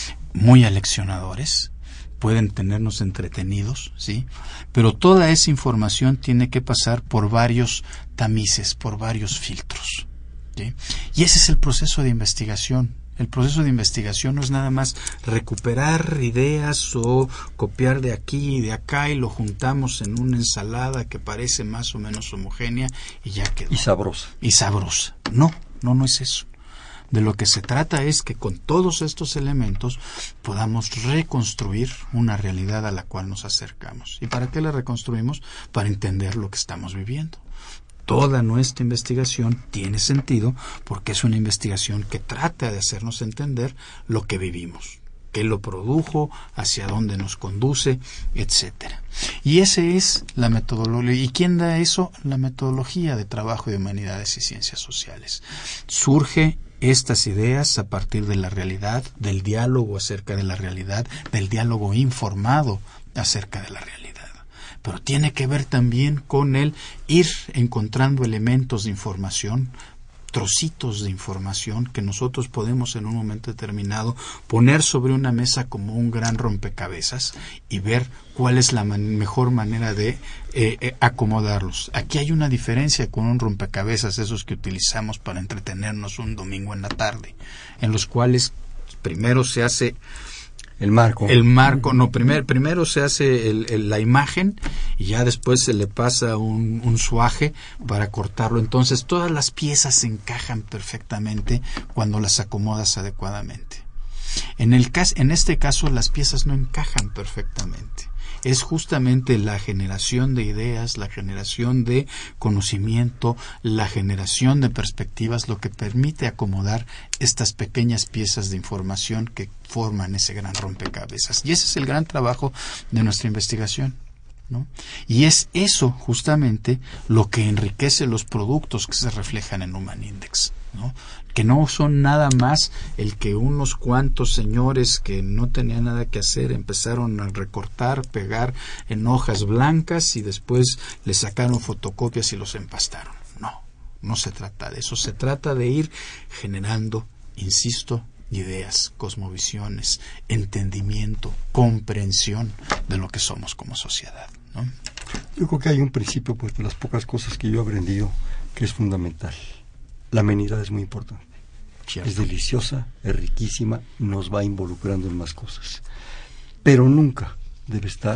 muy aleccionadores, pueden tenernos entretenidos, ¿sí? Pero toda esa información tiene que pasar por varios tamices, por varios filtros, ¿sí? Y ese es el proceso de investigación. El proceso de investigación no es nada más recuperar ideas o copiar de aquí y de acá y lo juntamos en una ensalada que parece más o menos homogénea y ya quedó. Y sabrosa. Y sabrosa. No, no, no es eso. De lo que se trata es que con todos estos elementos podamos reconstruir una realidad a la cual nos acercamos. ¿Y para qué la reconstruimos? Para entender lo que estamos viviendo. Toda nuestra investigación tiene sentido porque es una investigación que trata de hacernos entender lo que vivimos, qué lo produjo, hacia dónde nos conduce, etcétera. Y esa es la metodología. ¿Y quién da eso? La metodología de trabajo de humanidades y ciencias sociales. Surge estas ideas a partir de la realidad, del diálogo acerca de la realidad, del diálogo informado acerca de la realidad. Pero tiene que ver también con el ir encontrando elementos de información, trocitos de información que nosotros podemos en un momento determinado poner sobre una mesa como un gran rompecabezas y ver cuál es la man- mejor manera de eh, eh, acomodarlos. Aquí hay una diferencia con un rompecabezas, esos que utilizamos para entretenernos un domingo en la tarde, en los cuales primero se hace El marco. El marco, no, primer, primero se hace el, el, la imagen y ya después se le pasa un, un suaje para cortarlo. Entonces todas las piezas se encajan perfectamente cuando las acomodas adecuadamente. En, el cas- en este caso las piezas no encajan perfectamente. Es justamente la generación de ideas, la generación de conocimiento, la generación de perspectivas lo que permite acomodar estas pequeñas piezas de información que forman ese gran rompecabezas. Y ese es el gran trabajo de nuestra investigación, ¿no? Y es eso justamente lo que enriquece los productos que se reflejan en Human Index, ¿no? Que no son nada más el que unos cuantos señores que no tenían nada que hacer empezaron a recortar, pegar en hojas blancas y después le sacaron fotocopias y los empastaron. No, no se trata de eso. Se trata de ir generando, insisto, ideas, cosmovisiones, entendimiento, comprensión de lo que somos como sociedad, ¿no? Yo creo que hay un principio, pues, de las pocas cosas que yo he aprendido, que es fundamental. La amenidad es muy importante. Cierto. Es deliciosa, es riquísima, nos va involucrando en más cosas. Pero nunca debe estar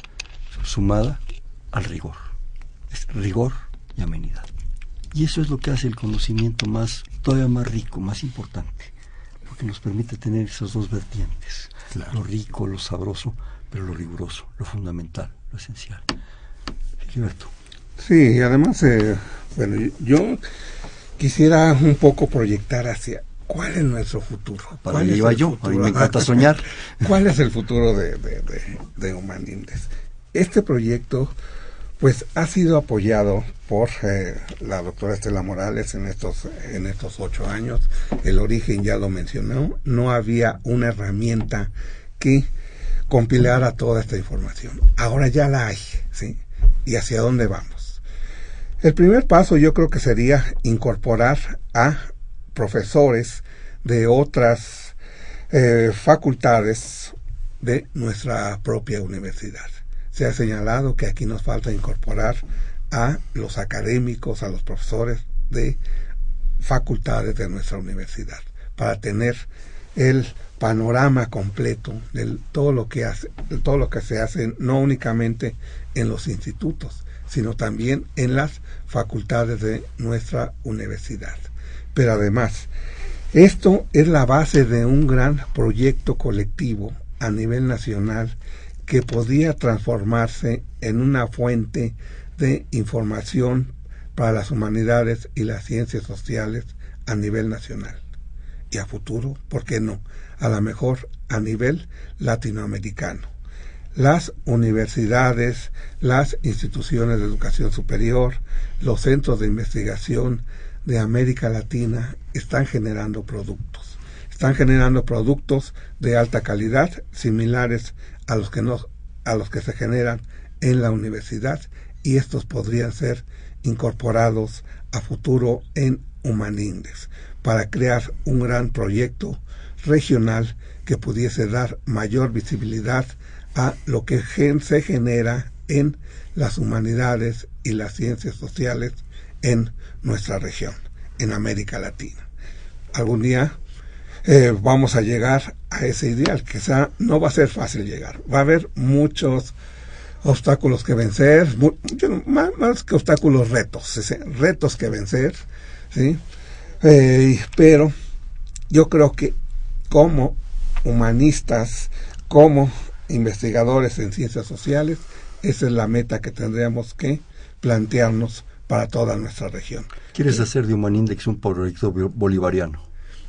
sumada al rigor. Es rigor y amenidad. Y eso es lo que hace el conocimiento más, todavía más rico, más importante. Porque nos permite tener esas dos vertientes. Claro. Lo rico, lo sabroso, pero lo riguroso, lo fundamental, lo esencial. Gilberto. Sí, y además, eh, bueno, yo quisiera un poco proyectar hacia cuál es nuestro futuro. Para allá iba yo, a mí me encanta soñar. ¿Cuál es el futuro de, de, de, de Human Index? Este proyecto pues ha sido apoyado por eh, la doctora Estela Morales en estos, en estos ocho años. El origen ya lo mencionó, no había una herramienta que compilara toda esta información. Ahora ya la hay, ¿sí? ¿Y hacia dónde vamos? El primer paso yo creo que sería incorporar a profesores de otras eh, facultades de nuestra propia universidad. Se ha señalado que aquí nos falta incorporar a los académicos, a los profesores de facultades de nuestra universidad, para tener el panorama completo de todo lo que hace, de todo lo que se hace, no únicamente en los institutos, sino también en las facultades de nuestra universidad. Pero además, esto es la base de un gran proyecto colectivo a nivel nacional que podía transformarse en una fuente de información para las humanidades y las ciencias sociales a nivel nacional. Y a futuro, ¿por qué no? A lo mejor a nivel latinoamericano. Las universidades, las instituciones de educación superior, los centros de investigación de América Latina están generando productos. Están generando productos de alta calidad, similares a los que no, a los que se generan en la universidad, y estos podrían ser incorporados a futuro en Humanindex para crear un gran proyecto regional que pudiese dar mayor visibilidad a lo que gen- se genera en las humanidades y las ciencias sociales en nuestra región, en América Latina. Algún día Eh, vamos a llegar a ese ideal, que sea, no va a ser fácil llegar. Va a haber muchos obstáculos que vencer, mu más, más que obstáculos, retos, ¿sí? retos que vencer, ¿sí? Eh, pero yo creo que como humanistas, como investigadores en ciencias sociales, esa es la meta que tendríamos que plantearnos para toda nuestra región. ¿Quieres ¿Sí? hacer de Humanindex un proyecto bolivariano?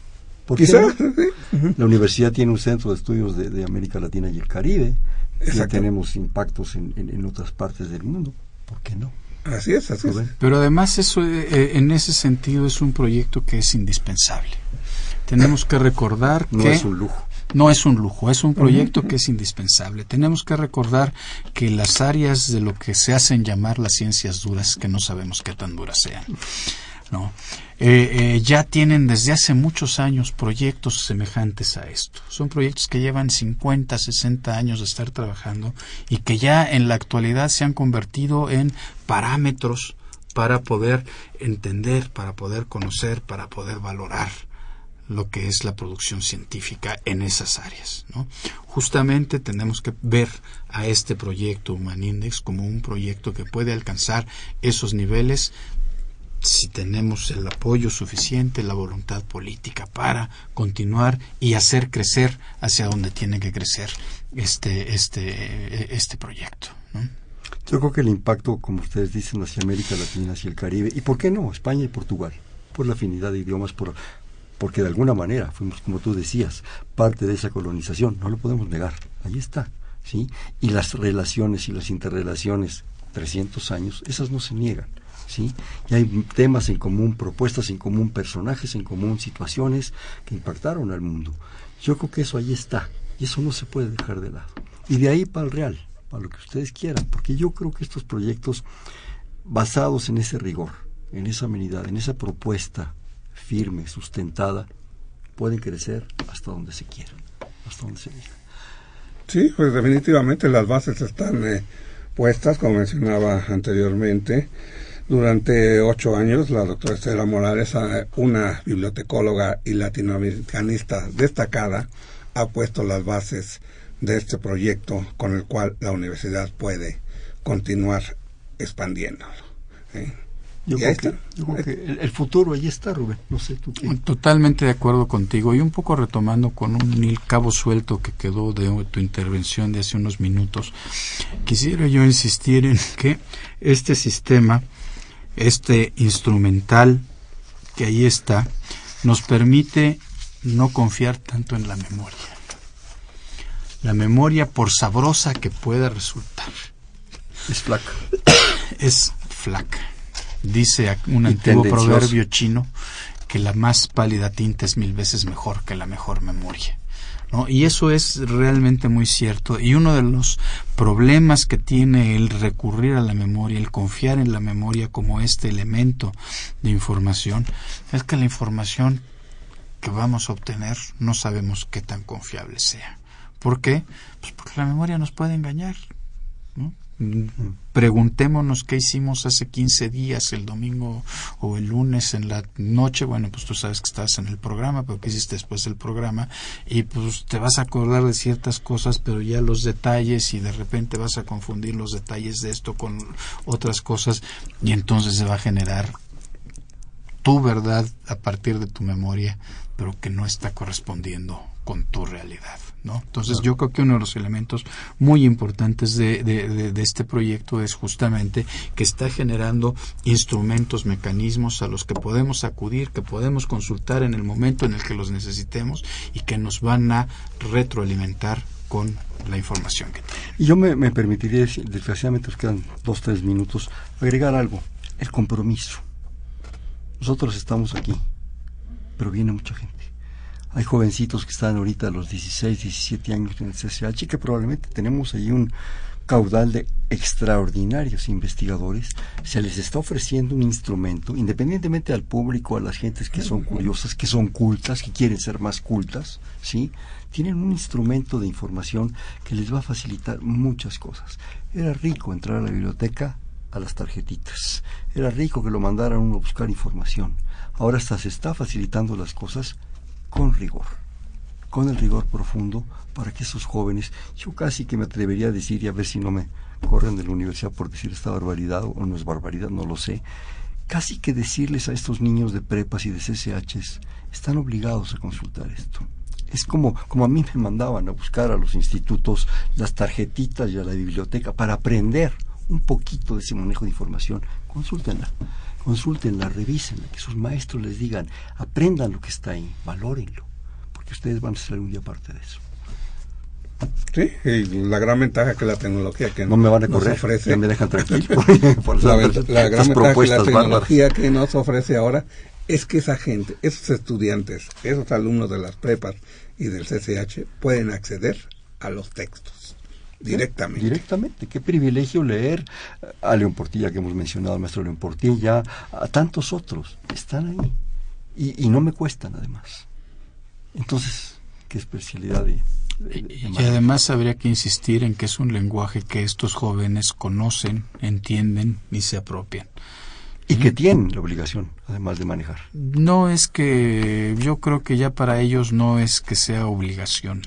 Quizá, no? sí. Uh-huh. La universidad tiene un centro de estudios de, de América Latina y el Caribe. Exacto. Ya tenemos impactos en, en, en otras partes del mundo. ¿Por qué no? Así es, así es. Pero además eso, eh, en ese sentido, es un proyecto que es indispensable. Tenemos que recordar no que... No es un lujo. No es un lujo, es un proyecto uh-huh. que es indispensable. Tenemos que recordar que las áreas de lo que se hacen llamar las ciencias duras, que no sabemos qué tan duras sean, ¿no? Eh, eh, ya tienen desde hace muchos años proyectos semejantes a esto. Son proyectos que llevan cincuenta, sesenta años de estar trabajando y que ya en la actualidad se han convertido en parámetros para poder entender, para poder conocer, para poder valorar lo que es la producción científica en esas áreas, ¿no? Justamente tenemos que ver a este proyecto Humanindex como un proyecto que puede alcanzar esos niveles si tenemos el apoyo suficiente, la voluntad política para continuar y hacer crecer hacia donde tiene que crecer este este este proyecto, ¿no? Yo creo que el impacto, como ustedes dicen, hacia América Latina, hacia el Caribe, y ¿por qué no? España y Portugal, por la afinidad de idiomas, por porque de alguna manera fuimos, como tú decías, parte de esa colonización, no lo podemos negar, ahí está, ¿sí? Y las relaciones y las interrelaciones, trescientos años, esas no se niegan, ¿sí? Y hay temas en común, propuestas en común, personajes en común, situaciones que impactaron al mundo. Yo creo que eso ahí está, y eso no se puede dejar de lado. Y de ahí para el real, para lo que ustedes quieran, porque yo creo que estos proyectos basados en ese rigor, en esa amenidad, en esa propuesta firme, sustentada, pueden crecer hasta donde se quiera, hasta donde se diga. Sí, pues definitivamente las bases están eh, puestas, como mencionaba anteriormente. Durante ocho años, la doctora Estela Morales, una bibliotecóloga y latinoamericanista destacada, ha puesto las bases de este proyecto con el cual la universidad puede continuar expandiéndolo, ¿eh? Yo creo, que, yo creo que el, el futuro ahí está, Rubén. No sé tú qué. Totalmente de acuerdo contigo. Y un poco retomando con un cabo suelto que quedó de tu intervención de hace unos minutos, quisiera yo insistir en que este sistema, este instrumental que ahí está, nos permite no confiar tanto en la memoria. La memoria, por sabrosa que pueda resultar, es flaca. es flaca. Dice un Y antiguo tendencioso. proverbio chino que la más pálida tinta es mil veces mejor que la mejor memoria, ¿no? Y eso es realmente muy cierto. Y uno de los problemas que tiene el recurrir a la memoria, el confiar en la memoria como este elemento de información, es que la información que vamos a obtener no sabemos qué tan confiable sea. ¿Por qué? Pues porque la memoria nos puede engañar, ¿no? Preguntémonos qué hicimos hace quince días, el domingo o el lunes en la noche. Bueno, pues tú sabes que estabas en el programa, pero qué hiciste después del programa, y pues te vas a acordar de ciertas cosas, pero ya los detalles, y de repente vas a confundir los detalles de esto con otras cosas, y entonces se va a generar tu verdad a partir de tu memoria, pero que no está correspondiendo con tu realidad, ¿no? Entonces yo creo que uno de los elementos muy importantes de, de, de, de este proyecto es justamente que está generando instrumentos, mecanismos a los que podemos acudir, que podemos consultar en el momento en el que los necesitemos y que nos van a retroalimentar con la información que tienen. Y yo me, me permitiría, desgraciadamente nos quedan dos, tres minutos, agregar algo, el compromiso. Nosotros estamos aquí, pero viene mucha gente. Hay jovencitos que están ahorita a los dieciséis, diecisiete años en el C C H, que probablemente tenemos ahí un caudal de extraordinarios investigadores. Se les está ofreciendo un instrumento, independientemente al público, a las gentes que son curiosas, que son cultas, que quieren ser más cultas, ¿sí? Tienen un instrumento de información que les va a facilitar muchas cosas. Era rico entrar a la biblioteca a las tarjetitas. Era rico que lo mandaran a uno a buscar información. Ahora hasta se está facilitando las cosas con rigor, con el rigor profundo, para que esos jóvenes, yo casi que me atrevería a decir, y a ver si no me corren de la universidad por decir esta barbaridad, o no es barbaridad, no lo sé, casi que decirles a estos niños de prepas y de C C Hs, están obligados a consultar esto. Es como, como a mí me mandaban a buscar a los institutos las tarjetitas y a la biblioteca para aprender un poquito de ese manejo de información. Consúltenla, consúltenla, revísenla, que sus maestros les digan, aprendan lo que está ahí, valórenlo, porque ustedes van a ser un día parte de eso. Sí, y la gran ventaja que la tecnología que no me van a correr, nos ofrece, ya me dejan tranquilo. Por la, esas, la gran ventaja que la tecnología bárbaras. que nos ofrece ahora es que esa gente, esos estudiantes, esos alumnos de las prepas y del C C H pueden acceder a los textos directamente. Directamente. Qué privilegio leer a León Portilla, que hemos mencionado, al maestro León Portilla, a tantos otros. Están ahí. Y, y no me cuestan, además. Entonces, qué especialidad de... de, de y además habría que insistir en que es un lenguaje que estos jóvenes conocen, entienden y se apropian. Y que tienen la obligación, además de manejar. No es que, yo creo que ya para ellos no es que sea obligación,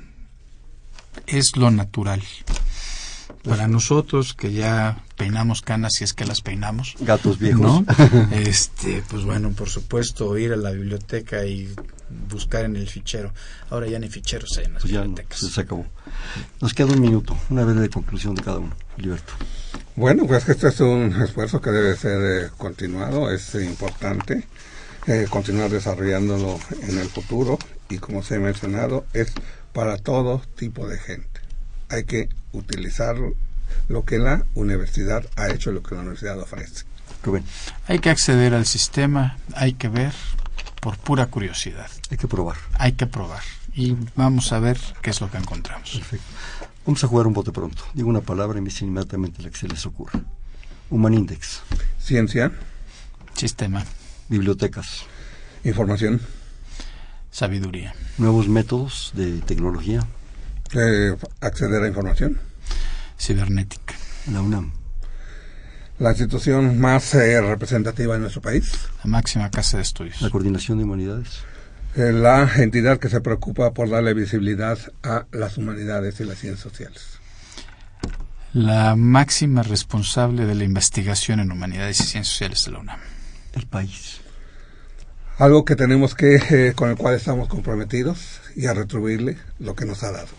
es lo natural. Para nosotros que ya peinamos canas, si es que las peinamos, gatos viejos, ¿no? Este, pues bueno, por supuesto, ir a la biblioteca y buscar en el fichero. Ahora ya ni ficheros hay en las pues bibliotecas. Ya no, se acabó. Nos queda un minuto, una breve conclusión de cada uno. Filiberto. Bueno, pues que este es un esfuerzo que debe ser eh, continuado, es eh, importante eh, continuar desarrollándolo en el futuro, y como se ha mencionado, es para todo tipo de gente. Hay que utilizar lo que la universidad ha hecho, lo que la universidad ofrece. Rubén. Hay que acceder al sistema, hay que ver por pura curiosidad. Hay que probar. Hay que probar. Y vamos a ver qué es lo que encontramos. Perfecto. Vamos a jugar un bote pronto. Digo una palabra y me dice inmediatamente la que se les ocurra. Humanindex. Ciencia. Sistema. Bibliotecas. Información. Sabiduría. Nuevos métodos de tecnología. Eh, acceder a información. Cibernética. La UNAM. La institución más eh, representativa de nuestro país. La máxima casa de estudios. La Coordinación de Humanidades. Eh, la entidad que se preocupa por darle visibilidad a las humanidades y las ciencias sociales. La máxima responsable de la investigación en humanidades y ciencias sociales de la UNAM. El país. Algo que tenemos que, eh, con el cual estamos comprometidos, y a retribuirle lo que nos ha dado.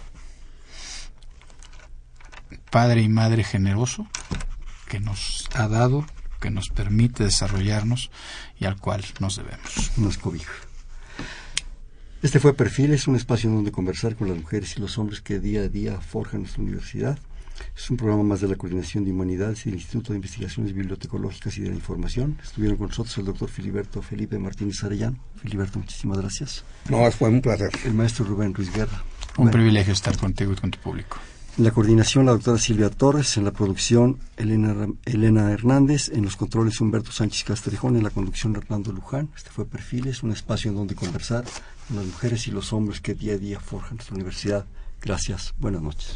Padre y madre generoso que nos ha dado, que nos permite desarrollarnos y al cual nos debemos. Nos cobija. Este fue Perfiles, un espacio en donde conversar con las mujeres y los hombres que día a día forjan nuestra universidad. Es un programa más de la Coordinación de Humanidades y del Instituto de Investigaciones Bibliotecológicas y de la Información. Estuvieron con nosotros el doctor Filiberto Felipe Martínez Arellano. Filiberto, muchísimas gracias. No, fue un placer. El maestro Rubén Ruiz Guerra. Un Rubén. privilegio estar contigo y con tu público. En la coordinación, la doctora Silvia Torres. En la producción, Elena, Elena Hernández. En los controles, Humberto Sánchez Castrejón. En la conducción, Hernando Luján. Este fue Perfiles, un espacio en donde conversar con las mujeres y los hombres que día a día forjan nuestra universidad. Gracias. Buenas noches.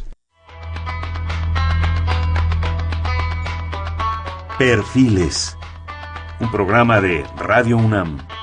Perfiles, un programa de Radio UNAM.